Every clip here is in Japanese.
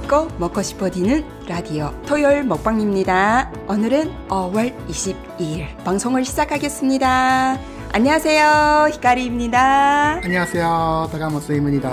맛있고 먹고 싶어지는 라디오 토요일 먹방입니다. 오늘은 5월 22일 방송을 시작하겠습니다. 안녕하세요. 히카리입니다. 안녕하세요. 다카모토입니다.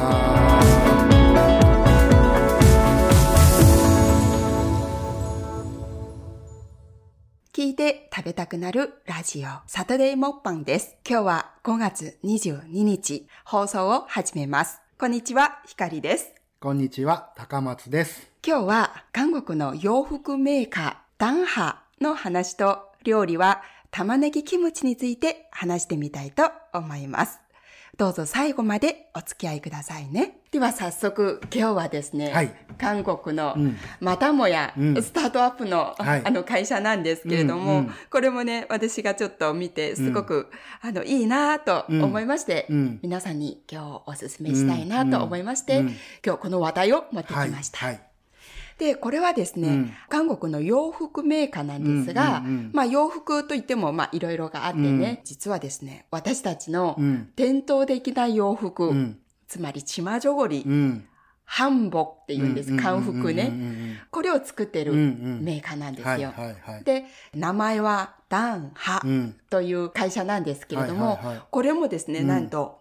聞いて食べたくなるラジオサタデーモッパンです。今日は5月22日放送を始めます。こんにちは、ひかりです。 こんにちは、高松です。 今日は韓国の洋服メーカーダンハの話と料理は玉ねぎキムチについて話してみたいと思います。どうぞ最後までお付き合いくださいね。では早速今日はですね、はい、韓国のまたもやスタートアップの、会社なんですけれども、これもね私がちょっと見てすごく、いいなと思いまして、皆さんに今日お勧めしたいなと思いまして、今日この話題を持ってきました。で、これはですね、韓国の洋服メーカーなんですが、洋服といってもいろいろがあってね、実はですね、私たちの伝統的な洋服、つまりチマジョゴリ、ハンボクって言うんです。韓服ね。これを作ってるメーカーなんですよ。で、名前はダンハという会社なんですけれども、これもですね、なんと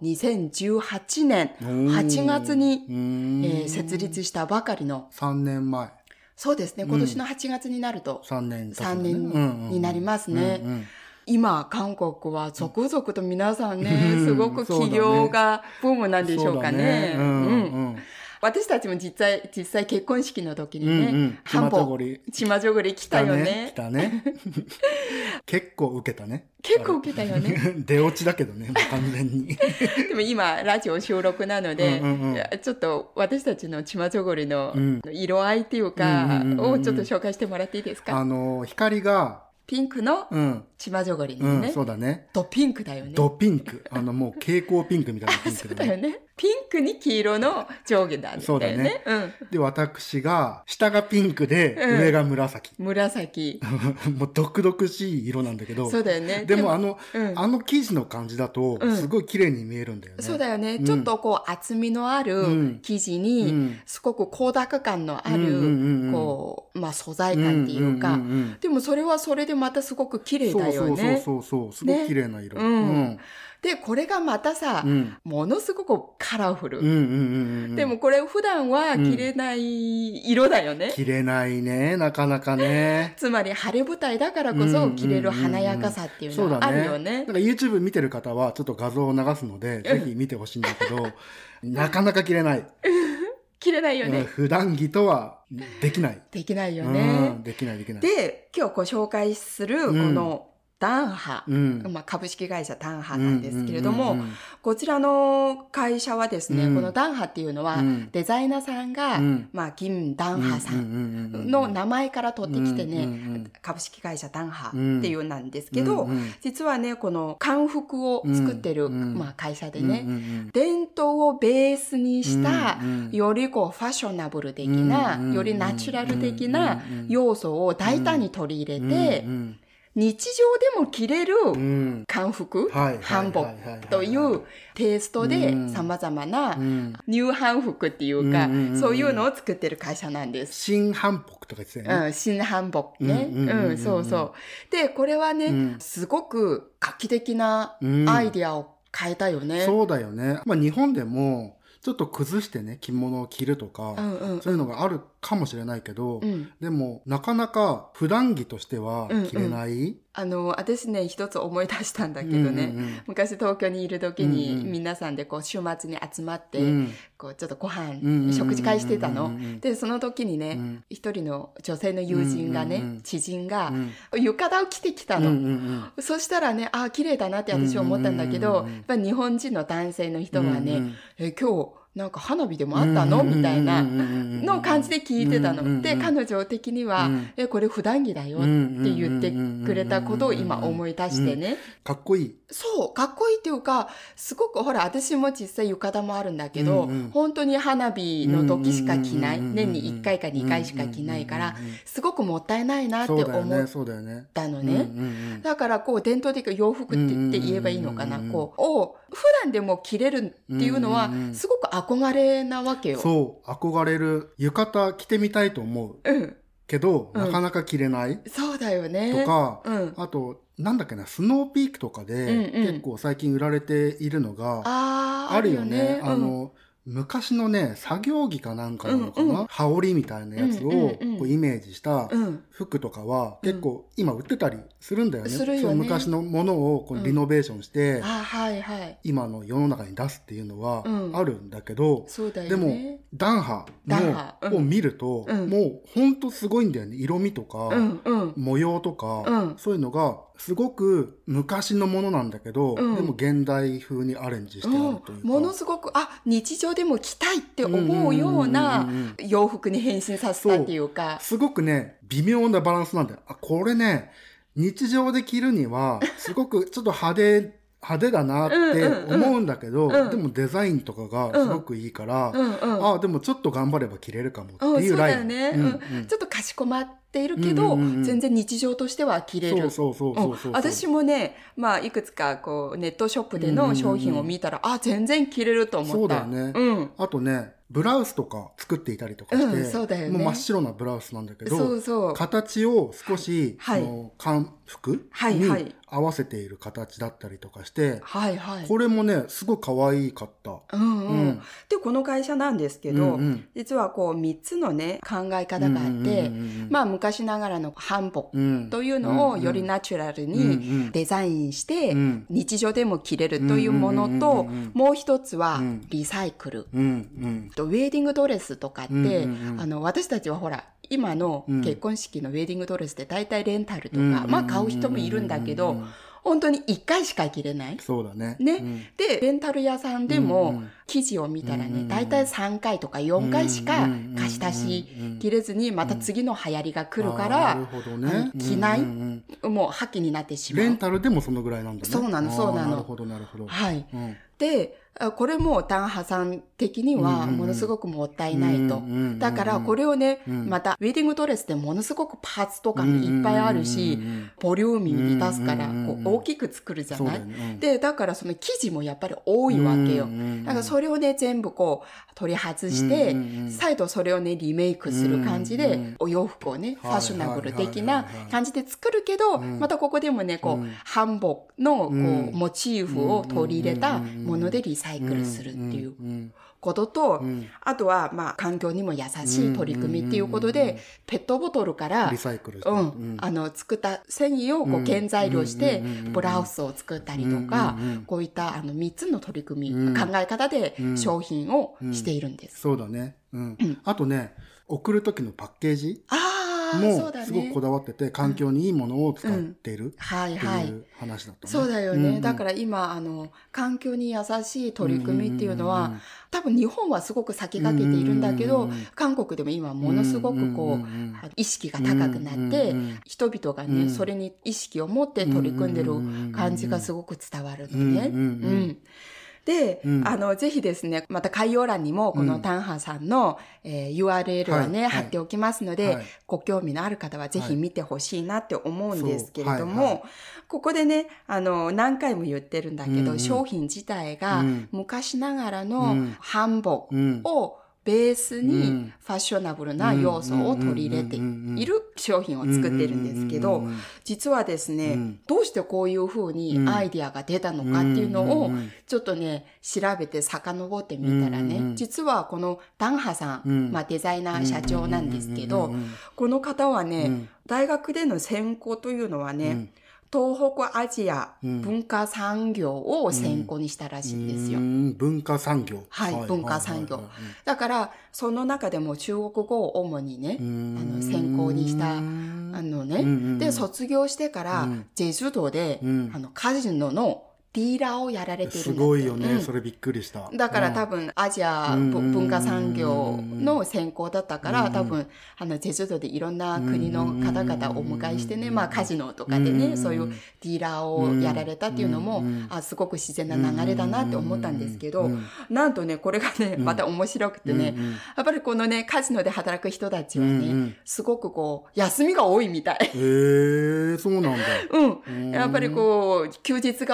2018年8月に、設立したばかりの。 3年前。 そうですね、今年の8月になると 3年になりますね。今、韓国は続々と皆さんね、すごく起業がブームなんでしょうかね。私たちも実際結婚式の時にね、チマジョゴリ来たよね。 来たね。結構受けたね。 結構受けたよね。 出落ちだけどね、完全に。 でも今、ラジオ収録なので、ちょっと私たちのチマジョゴリの色合いっていうか、をちょっと紹介してもらっていいですか？ 光が、 ピンクのチマジョゴリのね。 そうだね。 ドピンクだよね。 ドピンク。もう蛍光ピンクみたいなピンクそうだよね。ピンクに黄色の上下だね。 そうだね。で、私が、下がピンクで、上が紫。 紫。 もう毒々しい色なんだけど。 そうだよね。 でも生地の感じだと、すごい綺麗に見えるんだよね。 そうだよね。ちょっとこう厚みのある生地に、すごく光沢感のある、こう、素材感っていうか、でもそれはそれでまたすごく綺麗だよね。 そう。すごく綺麗な色。 で、これがまたさ、ものすごくカラフル。でもこれ普段は着れない色だよね。 着れないね、なかなかね。 つまり晴れ舞台だからこそ着れる華やかさっていうのがあるよね。 だから YouTube 見てる方はちょっと画像を流すので、ぜひ見てほしいんだけど、なかなか着れない。 着れないよね。 普段着とはできない。 できないよね。 できない。 で、今日ご紹介するこのダンハ、株式会社ダンハなんですけれども、こちらの会社はですね、このダンハっていうのは、デザイナーさんが、金ダンハさんの名前から取ってきてね、株式会社ダンハっていうなんですけど、実はね、この漢服を作ってる、会社でね、伝統をベースにした、よりこうファッショナブル的な、よりナチュラル的な要素を大胆に取り入れて、日常でも着れる漢服、韓服というテイストで様々なニュー韓服っていうか、そういうのを作ってる会社なんです。 新韓服とか言ってたよね。 新韓服ね。そう。で、これはね、すごく画期的なアイディアを変えたよね。 そうだよね。日本でも、ちょっと崩してね、着物を着るとか、そういうのがあるかもしれないけど、でも、なかなか普段着としては着れない、 私ね、一つ思い出したんだけどね、昔東京にいる時に、皆さんでこう、週末に集まって、こう、ちょっとご飯、食事会してたの。で、その時にね、一人の女性の友人がね、知人が、浴衣を着てきたの。そしたらね、綺麗だなって私は思ったんだけど、やっぱり日本人の男性の人はね、今日、なんか花火でもあったのみたいなの感じで聞いてたの。で、彼女的には、これ普段着だよって言ってくれたことを今思い出してね。 かっこいい。 そう、かっこいいっていうか、すごくほら、私も実際浴衣もあるんだけど、本当に花火の時しか着ない。年に1回か2回しか着ないから、すごくもったいないなって思ったのね。だからこう、伝統的な洋服って言えばいいのかな。こう、普段でも着れるっていうのは、すごく憧憧れなわけよ。 そう、憧れる。浴衣着てみたいと思う。 うん。 けど、なかなか着れない。 そうだよね。 とか、あと、なんだっけな、スノーピークとかで、結構最近売られているのが、あるよね。昔のね、作業着かなんかなのかな、羽織みたいなやつをこうイメージした服とかは結構今売ってたりするんだよね。その昔のものをこうリノベーションして、今の世の中に出すっていうのはあるんだけど、でもダンハを見ると、もうほんとすごいんだよね。色味とか、模様とか、そういうのがすごく昔のものなんだけど、でも現代風にアレンジしてあるというか、 ものすごく日常でも着たいって思うような洋服に変身させたっていうか、 すごくね微妙なバランスなんだよ。これね日常で着るにはすごくちょっと派手だなって思うんだけど、でもデザインとかがすごくいいから、でもちょっと頑張れば着れるかもっていうライン。 そうだよね。ちょっとかしこまっているけど、全然日常としては着れる。私もね、いくつかこうネットショップでの商品を見たら、全然着れると思った。 そうだよね。あとね、ブラウスとか作っていたりとかして、 そうだよね、 もう真っ白なブラウスなんだけど、形を少し、漢服に合わせている形だったりとかして、これもねすごい可愛かった。 でこの会社なんですけど、実はこう3つのね考え方があって、昔ながらの韓服というのをよりナチュラルにデザインして日常でも着れるというものと、もう一つはリサイクル。ウェディングドレスとかって、私たちはほら今の結婚式のウェディングドレスって大体レンタルとか、買う人もいるんだけど、本当に1回しか着れない。 そうだね。 で、レンタル屋さんでも記事を見たらね、大体3回とか4回しか貸し出し着れずに、また次の流行りが来るから、着ない、もう破棄になってしまう。 レンタルでもそのぐらいなんだね。 そうなの。 なるほど。 はい。で、これもダンハさん的にはものすごくもったいないと。だからこれをね、またウェディングドレスってものすごくパーツとかもいっぱいあるし、ボリューミーに出すからこう大きく作るじゃない。で、だからその生地もやっぱり多いわけよ。だからそれをね、全部こう取り外して、再度それをね、リメイクする感じで、お洋服をね、ファッショナブル的な感じで作るけど、またここでもね、こう、韓服のこうモチーフを取り入れたものでリサイクルするっていうことと、あとは環境にも優しい取り組みっていうことで、ペットボトルからリサイクル作った繊維をこう原材料してブラウスを作ったりとか、こういった3つの取り組み、考え方で商品をしているんです。 そうだね。あとね、送る時のパッケージもすごくこだわってて、環境にいいものを使っているっていう話だったね。 そうだよね。だから今環境に優しい取り組みっていうのは、多分日本はすごく先駆けているんだけど、韓国でも今ものすごくこう意識が高くなって、人々がねそれに意識を持って取り組んでる感じがすごく伝わるのね。で、ぜひですね、また概要欄にもこのタンハさんの、URL はね、貼っておきますので、ご興味のある方はぜひ見てほしいなって思うんですけれども、ここでね、何回も言ってるんだけど、商品自体が昔ながらの韓服をベースにファッショナブルな要素を取り入れている商品を作ってるんですけど、実はですね、どうしてこういう風にアイディアが出たのかっていうのをちょっとね調べて遡ってみたらね、実はこのダンハさん、デザイナー社長なんですけど、この方はね、大学での専攻というのはね、東北アジア文化産業を専攻にしたらしいんですよ。 文化産業。 はい、文化産業。だから、その中でも中国語を主にね、専攻にした、で、卒業してから、ジェジュ道で、カジノのディーラーをやられてるんだって。 すごいよね、それびっくりした。 だから多分アジア文化産業の専攻だったから、多分ジェジュ道でいろんな国の方々をお迎えしてね、カジノとかでね、そういうディーラーをやられたっていうのも、すごく自然な流れだなって思ったんですけど、なんとね、これがね、また面白くてね、やっぱりこのね、カジノで働く人たちはね、すごくこう、休みが多いみたい。 そうなんだ。 やっぱりこう、休日が多くて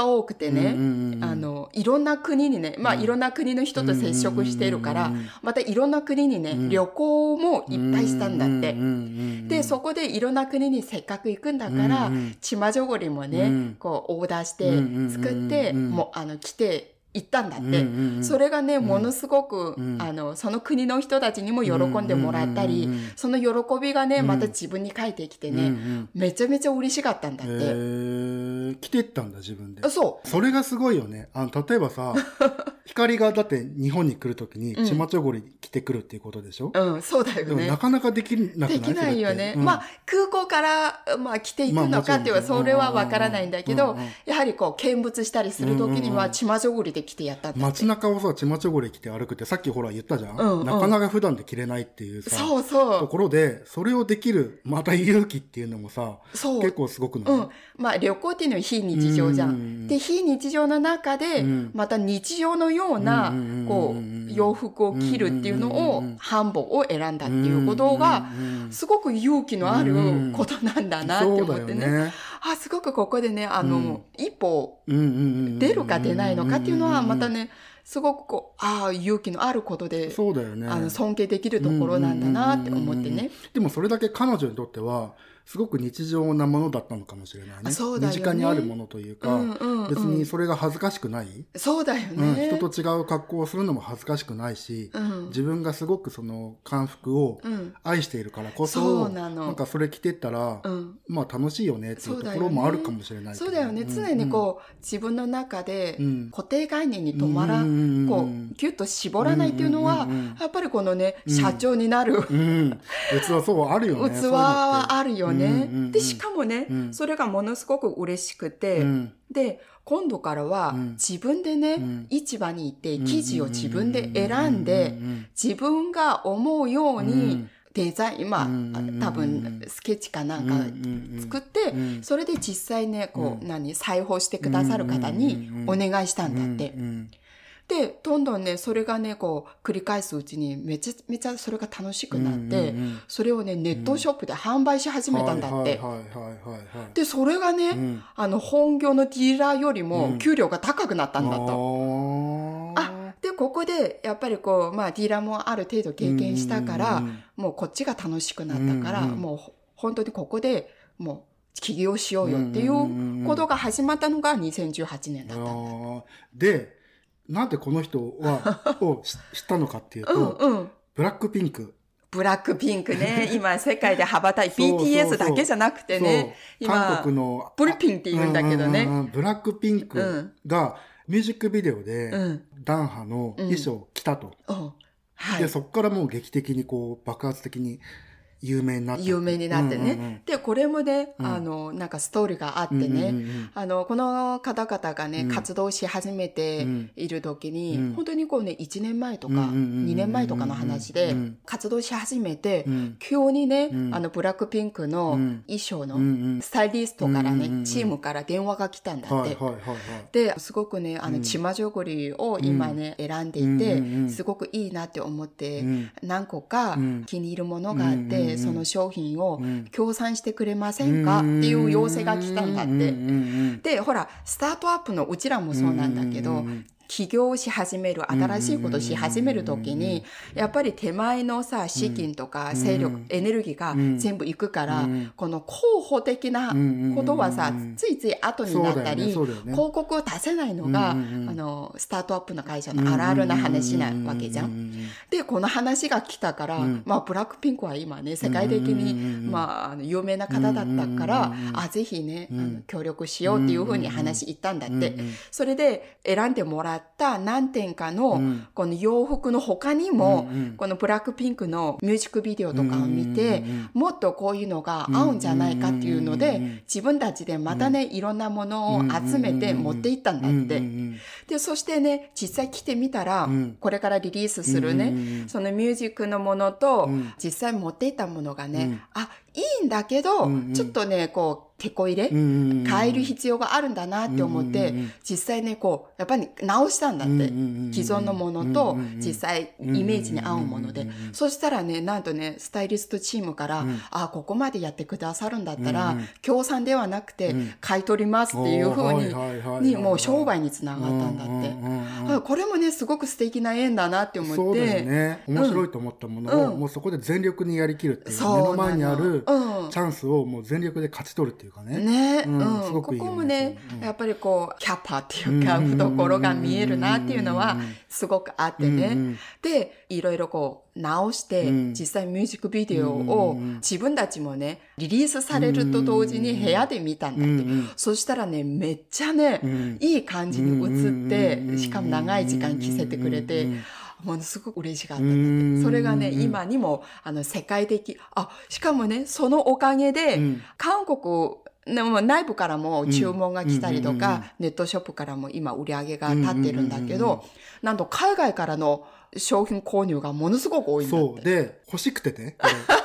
でね、いろんな国にね、いろんな国の人と接触しているから、またいろんな国にね、旅行もいっぱいしたんだって。で、そこでいろんな国にせっかく行くんだから、チマジョゴリもね、こう、オーダーして作って、もう、来て、行ったんだって。それがね、ものすごく、その国の人たちにも喜んでもらったり、その喜びがね、また自分に返ってきてね、めちゃめちゃ嬉しかったんだって。 来てったんだ、自分で。 そう。 それがすごいよね。例えばさ、光がだって日本に来るときに、チマチョゴリ来てくるっていうことでしょ？ そうだよね。 でもなかなかできなくない？ できないよね。空港から、来ていくのかっていうのは、それはわからないんだけど、やはりこう、見物したりするときには、チマチョゴリで来てやったんだって。 街中をさ、チマチョゴリ着て歩くってさっきほら言ったじゃん、なかなか普段で着れないっていうさ、ところで、それをできる、また勇気っていうのもさ、結構すごくない？ 旅行っていうのは非日常じゃん。で、非日常の中で、また日常のような、こう、洋服を着るっていうのを、韓服を選んだっていうことが、すごく勇気のあることなんだなって思ってね。すごくここでね、一歩出るか出ないのかっていうのは、またね、すごくこう、勇気のあることで、 そうだよね。 尊敬できるところなんだなって思ってね。 でもそれだけ彼女にとっては、すごく日常なものだったのかもしれないね。 そうだよね。 身近にあるものというか、別にそれが恥ずかしくない。 そうだよね。 人と違う格好をするのも恥ずかしくないし、自分がすごくその漢服を愛しているからこそ、なんかそれ着てったら、楽しいよねっていうところもあるかもしれない。 そうだよね。常にこう、自分の中で固定概念に止まらん、こう、キュッと絞らないっていうのは、やっぱりこのね、社長になる。 器そうあるよね。 器はあるよね。で、しかもね、それがものすごく嬉しくて、で、今度からは自分でね、市場に行って生地を自分で選んで、自分が思うようにデザイン、多分スケッチかなんか作って、それで実際ね、こう、裁縫してくださる方にお願いしたんだって。で、どんどんね、それがね、こう、繰り返すうちにめちゃめちゃそれが楽しくなって、それをね、ネットショップで販売し始めたんだって。で、それがね、本業のディーラーよりも給料が高くなったんだと。で、ここで、やっぱりこう、ディーラーもある程度経験したから、もうこっちが楽しくなったから、もう本当にここでもう起業しようよっていうことが始まったのが2018年だったんだ。 で、なんでこの人を知ったのかっていうと、ブラックピンク。 ブラックピンクね。今世界で羽ばたい BTS だけじゃなくてね。 韓国の。 ブルピンって言うんだけどね。 ブラックピンクがミュージックビデオでダンハの衣装を着たと。で、そこからもう劇的にこう爆発的に有名になってね。で、これもね、なんかストーリーがあってね、この方々がね、活動し始めている時に、本当にこうね、1年前とか、2年前とかの話で、活動し始めて、急にね、ブラックピンクの衣装のスタイリストからね、チームから電話が来たんだって。で、すごくね、チマジョゴリを今ね、選んでいて、すごくいいなって思って、何個か気に入るものがあって、その商品を協賛してくれませんかっていう要請が来たんだって。で、ほら、スタートアップのうちらもそうなんだけど、起業し始める、新しいことし始めるときに、やっぱり手前のさ、資金とか勢力、エネルギーが全部いくから、この候補的なことはさ、ついつい後になったり、広告を出せないのが、スタートアップの会社のあるあるな話なわけじゃん。で、この話が来たから、ブラックピンクは今ね、世界的に、有名な方だったから、ぜひね、協力しようっていうふうに話言ったんだって。それで選んでもらった何点かのこの洋服の他にもこのブラックピンクのミュージックビデオとかを見てもっとこういうのが合うんじゃないかっていうので自分たちでまたねいろんなものを集めて持っていったんだってでそしてね実際着てみたらこれからリリースするねそのミュージックのものと実際持っていったものがねいんだけど、ちょっとね、こう、手こ入れ、変える必要があるんだなって思って、実際ね、こう、やっぱり直したんだって。既存のものと、実際、イメージに合うもので。そしたらね、なんとね、スタイリストチームから、ここまでやってくださるんだったら、協賛ではなくて、買い取りますっていう風に、もう商売につながったんだって。これもね、すごく素敵な縁だなって思って。 そうだよね。面白いと思ったものを、もうそこで全力にやりきるっていう。目の前にあるチャンスをもう全力で勝ち取るっていうかね。 ね、すごくいいよね。ここもね、やっぱりこう、キャパっていうか、懐が見えるなっていうのは、すごくあってね。で、いろいろこう、直して、実際ミュージックビデオを自分たちもね、リリースされると同時に部屋で見たんだって。そしたらね、めっちゃね、いい感じに映って、しかも長い時間着せてくれて、ものすごく嬉しかったんだって。それがね、今にも、世界的、しかもね、そのおかげで、韓国、内部からも注文が来たりとか、ネットショップからも今売り上げが立ってるんだけど、なんと海外からの商品購入がものすごく多いんだって。 そう。で、欲しくてね。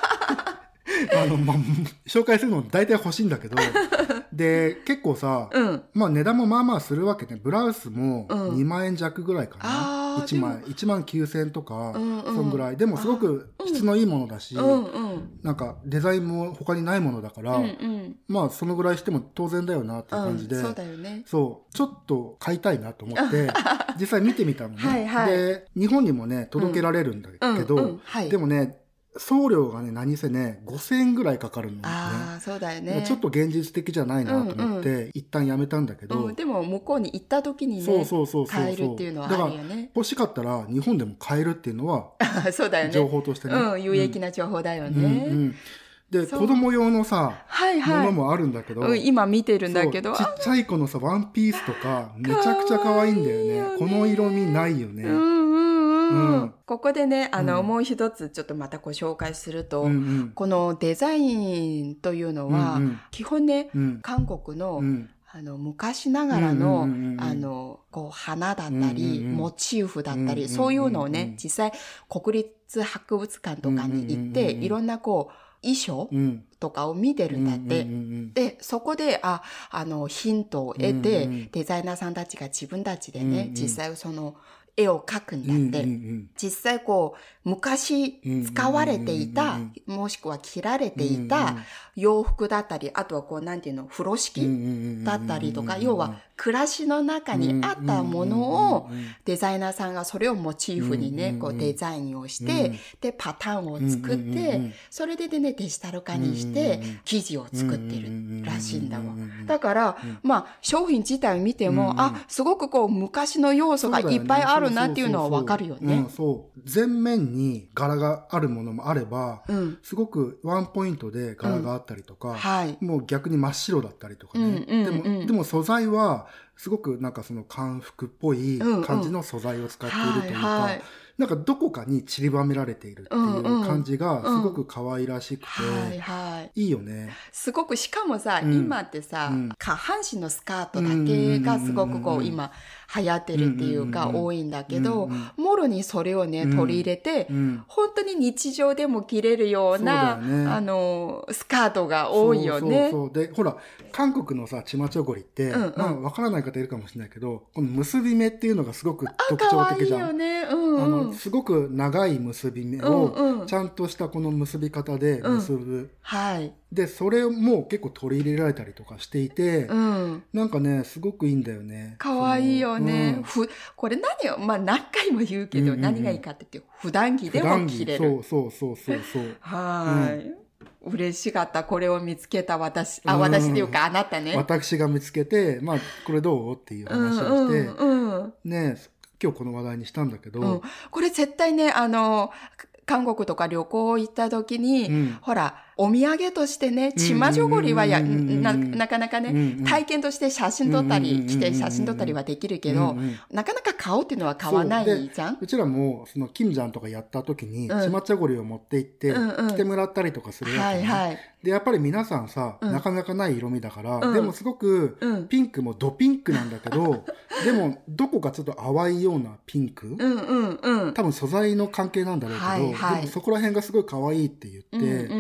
紹介するの大体欲しいんだけど、で、結構さ、値段もまあまあするわけね。ブラウスも2万円弱ぐらいかな。1枚。1万9000円とか、そんぐらい。でもすごく質のいいものだし、なんかデザインも他にないものだから、まあそのぐらいしても当然だよなっていう感じで、 そうだよね。 そう。ちょっと買いたいなと思って、実際見てみたのね。で、日本にもね、届けられるんだけど、でもね、送料がね、何せね、5000円ぐらいかかるのね。 そうだよね。 ちょっと現実的じゃないなと思って、一旦やめたんだけど。 でも、向こうに行った時にね、買えるっていうのはあるよね。 だから、欲しかったら日本でも買えるっていうのは、 そうだよね。 情報としてね。 有益な情報だよね。 で、子供用のさ、ものもあるんだけど、 今見てるんだけど。 ちっちゃい子のさ、ワンピースとか、めちゃくちゃ可愛いんだよね。この色味ないよね。 ここでね、もう一つちょっとまたご紹介すると、このデザインというのは、基本ね、韓国の、昔ながらの、こう、花だったり、モチーフだったり、そういうのをね、実際、国立博物館とかに行って、いろんなこう、衣装とかを見てるんだって。で、そこで、ヒントを得て、デザイナーさんたちが自分たちでね、実際その、絵を描くんだって。実際こう、昔使われていた、もしくは着られていた洋服だったり、あとはこう、なんていうの、風呂敷だったりとか、要は暮らしの中にあったものを、デザイナーさんがそれをモチーフにね、こうデザインをして、で、パターンを作って、それでね、デジタル化にして、生地を作ってるらしいんだわ。だから、まあ、商品自体を見ても、すごくこう、昔の要素がいっぱいあるなっていうのはわかるよね。 そう。全面に柄があるものもあれば、すごくワンポイントで柄があったりとか、もう逆に真っ白だったりとかね。でも素材は、すごくなんかその漢服っぽい感じの素材を使っているというか、なんかどこかに散りばめられているっていう感じがすごく可愛らしくて、いいよね。 すごく、しかもさ、今ってさ、下半身のスカートだけがすごくこう今流行ってるっていうか多いんだけど、もろにそれをね、取り入れて、本当に日常でも着れるような、スカートが多いよね。 で、ほら、韓国のさ、チマチョゴリって、まあわからない方いるかもしれないけど、この結び目っていうのがすごく特徴的じゃん。 可愛いよね。 すごく長い結び目を、ちゃんとしたこの結び方で結ぶ。で、それも結構取り入れられたりとかしていて、なんかね、すごくいいんだよね。 可愛いよね。これ何を、まあ何回も言うけど、何がいいかって言って、普段着でも着れる。 そう。 嬉しかった。これを見つけた私っていうかあなたね。 私が見つけて、まあ、これどうっていう話をして、ね、今日この話題にしたんだけど。 これ絶対ね、韓国とか旅行行った時に、ほら、お土産としてね、チマジョゴリはなかなかね、体験として写真撮ったりして写真撮ったりはできるけど、なかなか買おうっていうのは買わないじゃん。 うちらも、その、キムジャンとかやった時に、チマチョゴリを持って行って、着てもらったりとかするわけね。で、やっぱり皆さんさ、なかなかない色味だから、でもすごく、ピンクもドピンクなんだけど、でも、どこかちょっと淡いようなピンク多分素材の関係なんだろうけど、でもそこら辺がすごい可愛いって言って、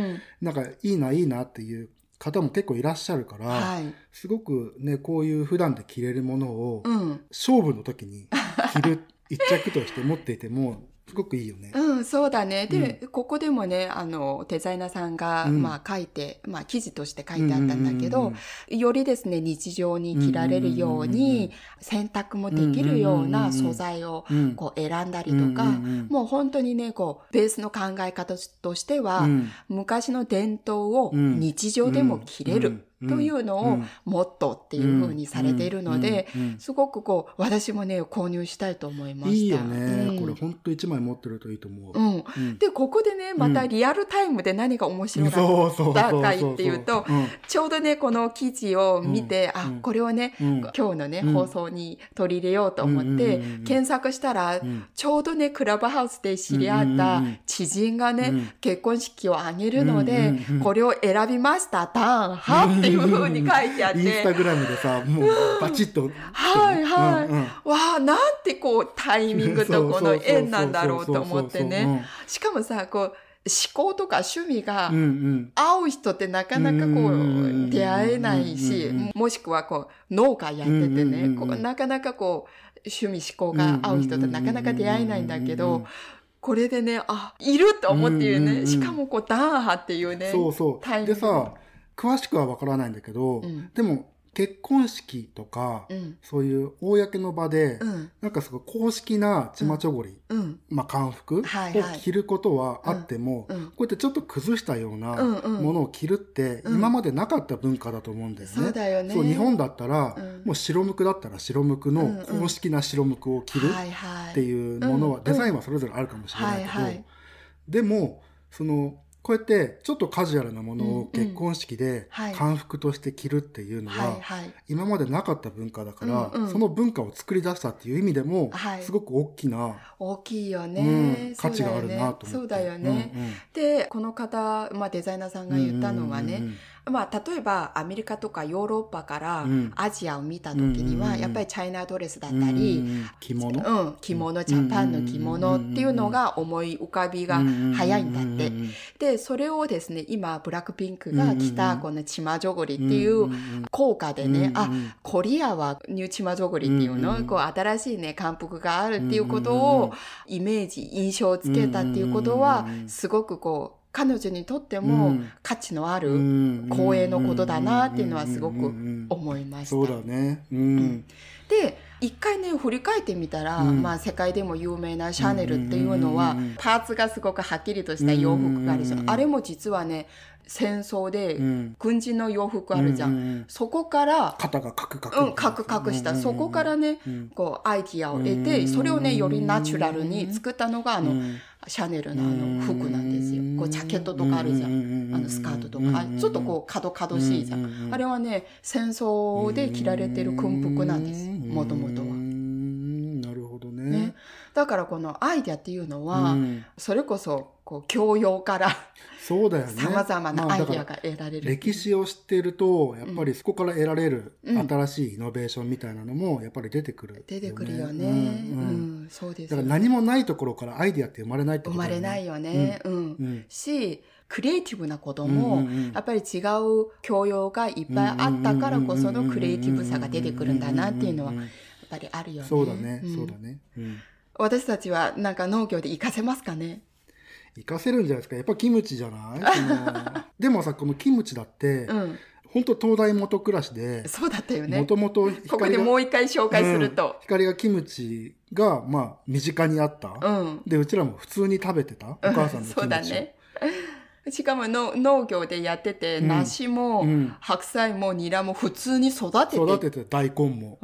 なんかいいなっていう方も結構いらっしゃるから、はい、すごくね、こういう普段で着れるものを、勝負の時に着る一着として持っていても、すごくいいよね。 そうだね。で、ここでもね、デザイナーさんが、書いて、記事として書いてあったんだけど、よりですね、日常に着られるように、洗濯もできるような素材をこう選んだりとか、もう本当にね、こう、ベースの考え方としては、昔の伝統を日常でも着れる。というのをモットーっていう風にされているので、すごくこう、私もね、購入したいと思いました。 いいよね。これ本当1枚持ってるといいと思う。 で、ここでね、またリアルタイムで何が面白かったかっていうと、ちょうどね、この記事を見て、これをね、今日のね、放送に取り入れようと思って、検索したら、ちょうどね、クラブハウスで知り合った知人がね、結婚式を挙げるので、これを選びました、ダンハっていう風に書いてあって。 インスタグラムでさ、もうバチッと。 はいはい。わあ、なんてこうタイミングとこの縁なんだろうと思ってね。しかもさ、こう、思考とか趣味が合う人ってなかなかこう出会えないし、もしくはこう農家やっててね、こうなかなかこう趣味思考が合う人ってなかなか出会えないんだけど、これでね、いると思っていうね、しかもこうダーハっていうね、 タイミングでさ、詳しくはわからないんだけど、でも結婚式とか、そういう公の場で、なんかすごい公式なチマチョゴリ、漢服を着ることはあっても、こうやってちょっと崩したようなものを着るって、今までなかった文化だと思うんだよね。 そうだよね。 そう、日本だったら、もう白むくだったら白むくの公式な白むくを着るっていうものは、デザインはそれぞれあるかもしれないけど、でも、こうやってちょっとカジュアルなものを結婚式で漢服として着るっていうのは今までなかった文化だから、その文化を作り出したっていう意味でもすごく大きいよね、 価値があるなと思って。 そうだよね。で、この方、デザイナーさんが言ったのはね、例えばアメリカとかヨーロッパからアジアを見た時には、やっぱりチャイナドレスだったり、 着物、 ジャパンの着物っていうのが思い浮かびが早いんだって。で、それをですね、今ブラックピンクが着たこのチマジョゴリっていう効果でね、コリアはニューチマジョゴリっていうの、こう新しいね、漢服があるっていうことをイメージ、印象をつけたっていうことは、すごくこう、彼女にとっても価値のある光栄のことだなっていうのはすごく思いました。 そうだね。 で、一回ね、振り返ってみたら、世界でも有名なシャネルっていうのは、パーツがすごくはっきりとした洋服があるじゃん。あれも実はね、戦争で軍人の洋服あるじゃん。そこから、 肩がカクした。そこからね、こう、アイディアを得て、それをね、よりナチュラルに作ったのが、シャネルの服なんですよ。こう、ジャケットとかあるじゃん。スカートとか。ちょっとこう、角しいじゃん。あれはね、戦争で着られてる軍服なんです。もともとは。 なるほどね。 だからこのアイデアっていうのは、それこそ、こう、教養から、 そうだよね。 様々なアイデアが得られる。 歴史を知っていると、やっぱりそこから得られる新しいイノベーションみたいなのも、やっぱり出てくる、 出てくるよね。そうです。 だから何もないところからアイデアって生まれないってことだよね。生まれないよね。し、クリエイティブなことも、やっぱり違う教養がいっぱいあったからこそのクリエイティブさが出てくるんだなっていうのは、やっぱりあるよね。 そうだね。 私たちはなんか農業で活かせますかね？ 活かせるんじゃないですか。やっぱキムチじゃないでもさ、このキムチだって、本当東大元暮らしで、 そうだったよね。 もともとここでもう一回紹介すると。 光がキムチが、身近にあった。で、うちらも普通に食べてた。お母さんのキムチ。 そうだね。しかも農業でやってて、梨も、白菜もニラも普通に育てて大根も。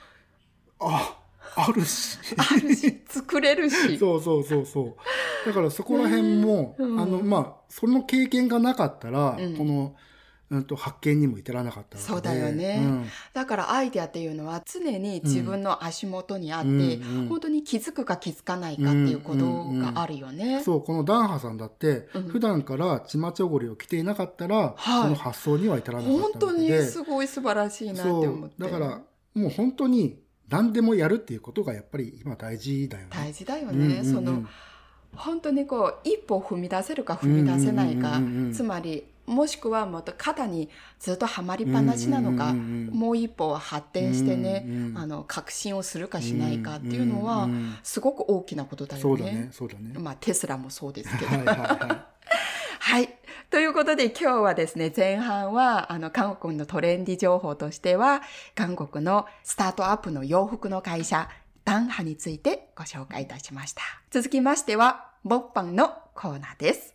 あるし。 作れるし。 そう。だからそこら辺も、その経験がなかったら、この、発見にも至らなかったわけで。 そうだよね。だからアイデアっていうのは常に自分の足元にあって、本当に気づくか気づかないかっていうことがあるよね。 そう、このダンハさんだって、普段からチマチョゴリを着ていなかったら、その発想には至らなかったわけで。 本当にすごい素晴らしいなって思って。 だから、もう本当に何でもやるっていうことがやっぱり今大事だよね。 大事だよね。本当にこう、一歩踏み出せるか踏み出せないか、つまり、 もしくはまた肩にずっとはまりっぱなしなのか、もう一歩発展してね、革新をするかしないかっていうのは、すごく大きなことだよね。 そうだね。 まあテスラもそうですけど。 はい。 ということで今日はですね、前半は韓国のトレンディ情報としては、韓国のスタートアップの洋服の会社、ダンハについてご紹介いたしました。続きましては、モッパンのコーナーです。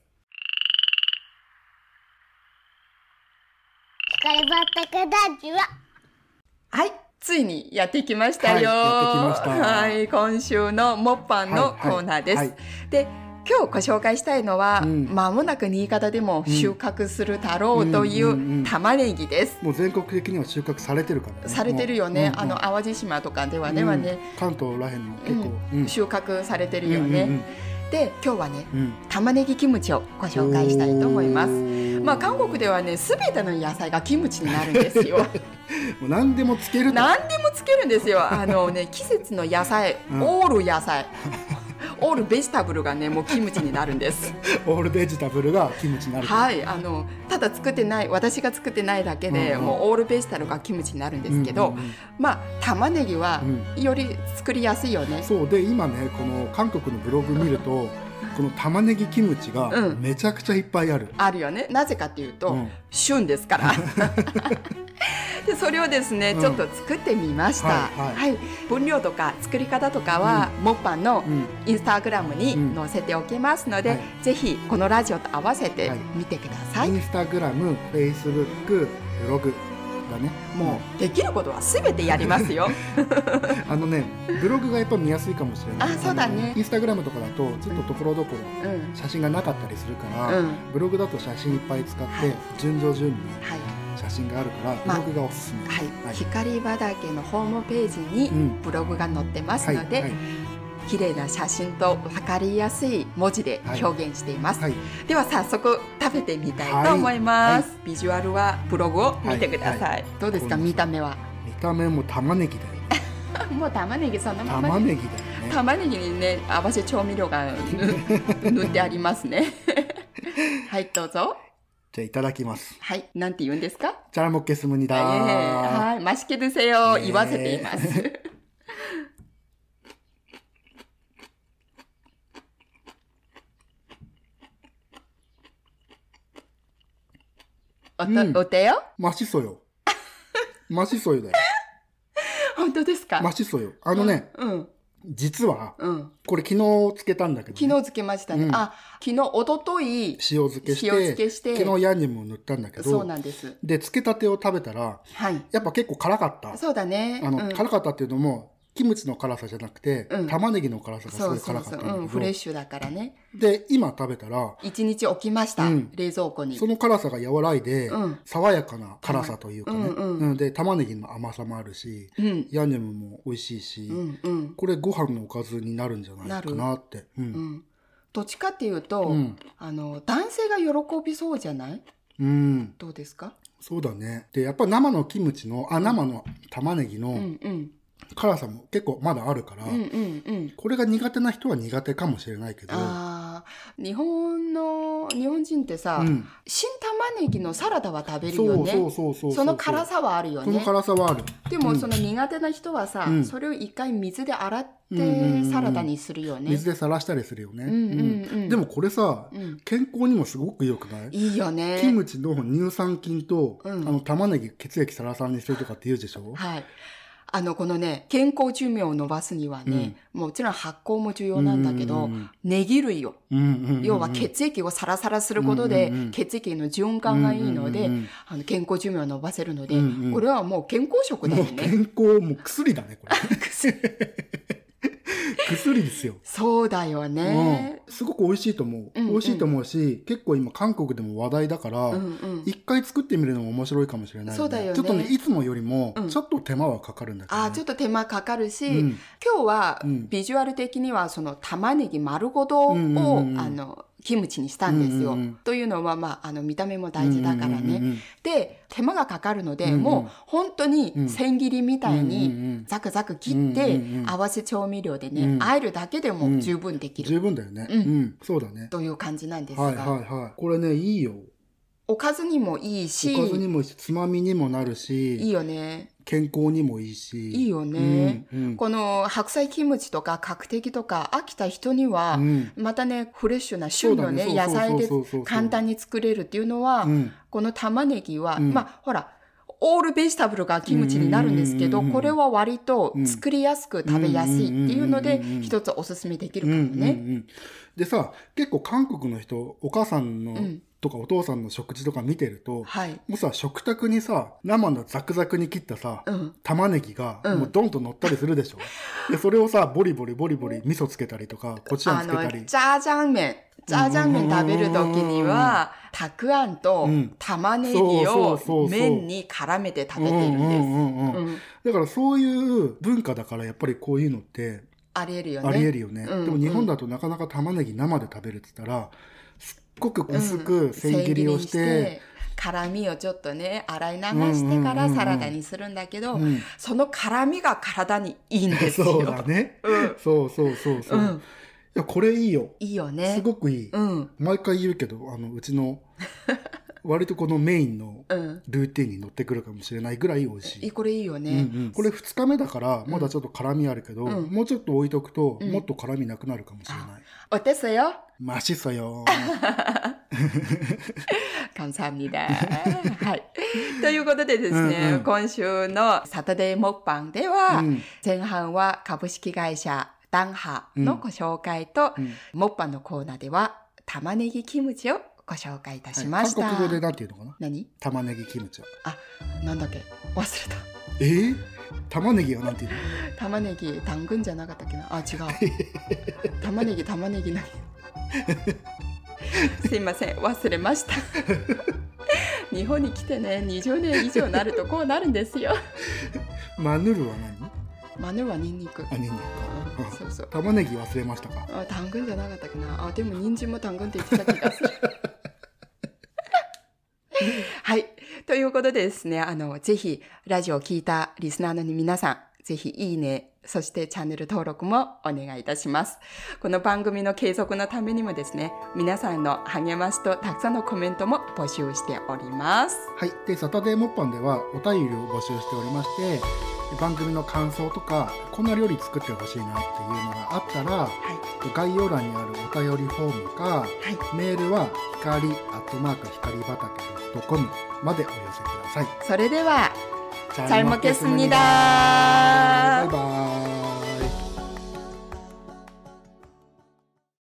はい、ついにやってきましたよ。 やってきました。 はい、今週のモッパンのコーナーです。で、今日ご紹介したいのは、間もなく新潟でも収穫するだろうという玉ねぎです。 もう全国的には収穫されてるからね。 されてるよね。淡路島とかではね、 関東らへんも結構、 収穫されてるよね。で、今日はね、玉ねぎキムチをご紹介したいと思います。まあ韓国ではね、すべての野菜がキムチになるんですよ。 もう何でもつける。 何でもつけるんですよ。季節の野菜、オール野菜。オールベジタブルがね、もうキムチになるんです。 オールベジタブルがキムチになる。 はい、ただ作ってない、私が作ってないだけで、もうオールベジタブルがキムチになるんですけど、まあ玉ねぎはより作りやすいよね。 そうで、今ね、この韓国のブログ見ると、この玉ねぎキムチがめちゃくちゃいっぱいある。 あるよね。なぜかっていうと、旬ですから。でそれをですね、ちょっと作ってみました。分量とか作り方とかは、モッパンのインスタグラムに載せておきますので、ぜひこのラジオと合わせて見てください。 インスタグラム、フェイスブック、ブログだね。 もうできることはすべてやりますよ。 ブログがやっぱ見やすいかもしれない。 そうだね。 インスタグラムとかだとちょっとところどころ写真がなかったりするから、ブログだと写真いっぱい使って順序順に写真があるから、ブログがおすすめ。 光畑のホームページにブログが載ってますので、綺麗な写真と分かりやすい文字で表現しています。では早速食べてみたいと思います。ビジュアルはブログを見てください。どうですか、見た目は。 見た目も玉ねぎだよ。 もう玉ねぎそのまま。 玉ねぎだよね。 玉ねぎにね、合わせ調味料が塗ってありますね。はい、どうぞ。 じゃあいただきます。 はい、なんて言うんですか。 잘 먹겠습니다。 はい、맛있게 드세요。言わせています。어때요? 맛있어요. 맛있어요. 本当ですか。 맛있어요. 実は、これ昨日漬けたんだけど、 昨日漬けましたね。昨日、一昨日塩漬けして、昨日ヤンニョムを塗ったんだけど、 そうなんです。 で、漬けたてを食べたら、やっぱ結構辛かった。 そうだね。 辛かったっていうのも、キムチの辛さじゃなくて、玉ねぎの辛さがすごい辛かったんだけど、 フレッシュだからね。 で、今食べたら、 1日置きました、冷蔵庫に。 その辛さが和らいで、爽やかな辛さというかね。で、玉ねぎの甘さもあるし、ヤンニョムも美味しいし、これご飯のおかずになるんじゃないかなって。 どっちかっていうと、男性が喜びそうじゃない？どうですか？ そうだね。で、やっぱ生のキムチの、生の玉ねぎの、辛さも結構まだあるから、これが苦手な人は苦手かもしれないけど、 日本人ってさ、新玉ねぎのサラダは食べるよね。その辛さはあるよね。 その辛さはある。 でもその苦手な人はさ、それを一回水で洗ってサラダにするよね。 水でさらしたりするよね。でもこれさ、健康にもすごく良くない？ いいよね。 キムチの乳酸菌と、玉ねぎ血液サラサラにしてるとかって言うでしょ？ はい。このね、健康寿命を伸ばすにはね、もちろん発酵も重要なんだけど、ネギ類よ。要は血液をサラサラすることで、血液の循環がいいので、健康寿命を伸ばせるので、これはもう健康食だよね。 健康、もう薬だね、これ。薬ですよ。 そうだよね。 すごく美味しいと思う。美味しいと思うし、結構今韓国でも話題だから、一回作ってみるのも面白いかもしれない。 そうだよね。 ちょっとね、いつもよりも、ちょっと手間はかかるんだけど。 ちょっと手間かかるし、今日はビジュアル的にはその玉ねぎ丸ごとを、キムチにしたんですよ。というのは、見た目も大事だからね。で、手間がかかるので、もう本当に千切りみたいにザクザク切って、合わせ調味料でね、和えるだけでも十分できる。 十分だよね。そうだね。 という感じなんですが。 これね、いいよ。 おかずにもいいし、 おかずにもいいし、つまみにもなるし、 いいよね。 健康にもいいし。 いいよね。この白菜キムチとか角的とか飽きた人には、またね、フレッシュな旬のね、野菜で簡単に作れるっていうのは、この玉ねぎは、ほら、オールベジタブルがキムチになるんですけど、これは割と作りやすく食べやすいっていうので、一つおすすめできるかもね。 でさ、結構韓国の人、お母さんの、とかお父さんの食事とか見てると、もうさ、食卓にさ、生のザクザクに切ったさ、玉ねぎがもうドンと乗ったりするでしょ。で、それをさ、ボリボリ味噌つけたりとか、コチュジャンつけたり。 ジャージャン麺食べるときには、たくあんと玉ねぎを麺に絡めて食べてるんです。 だからそういう文化だからやっぱりこういうのってありえるよね。 ありえるよね。でも日本だとなかなか玉ねぎ生で食べるって言ったら、すっごく薄く千切りをして、 辛みをちょっとね、洗い流してからサラダにするんだけど、その辛みが体にいいんですよ。 そうだね。そう。いや、これいいよ。 いいよね。 すごくいい。毎回言うけど、うちの、割とこのメインのルーティンに乗ってくるかもしれないぐらい美味しい。 これいいよね。 これ2日目だから、まだちょっと辛みあるけど、もうちょっと置いとくと、もっと辛みなくなるかもしれない。 어땠어요? 맛있어요. 감사합니다. はい。ということでですね、今週のサタデーモッパンでは、前半は株式会社ダンハのご紹介と、モッパンのコーナーでは玉ねぎキムチをご紹介いたしました。 韓国語でなんて言うのかな？ 何？ 玉ねぎキムチ。 なんだっけ？忘れた。 玉ねぎはなんて言うの？ 玉ねぎ、당근じゃなかったっけな。違う。玉ねぎ何？すいません、忘れました。日本に来てね、20年以上になるとこうなるんですよ。 マヌルは何？ マヌルはニンニク。 ニンニクか。 そう。 玉ねぎ忘れましたか？ 당근じゃなかったっけな。でも人参も당근って言ってた気がする。はい。ということでですね、ぜひ、ラジオを聞いたリスナーの皆さん、ぜひいいね、そしてチャンネル登録もお願いいたします。この番組の継続のためにもですね、皆さんの励ましとたくさんのコメントも募集しております。 はい。で、サタデーモッパンではお便りを募集しておりまして、番組の感想とか、こんな料理作ってほしいなっていうのがあったら、概要欄にあるお便りフォームか、メールは光@光畑.comまでお寄せください。 それでは、 잘 먹겠습니다. 바이바이.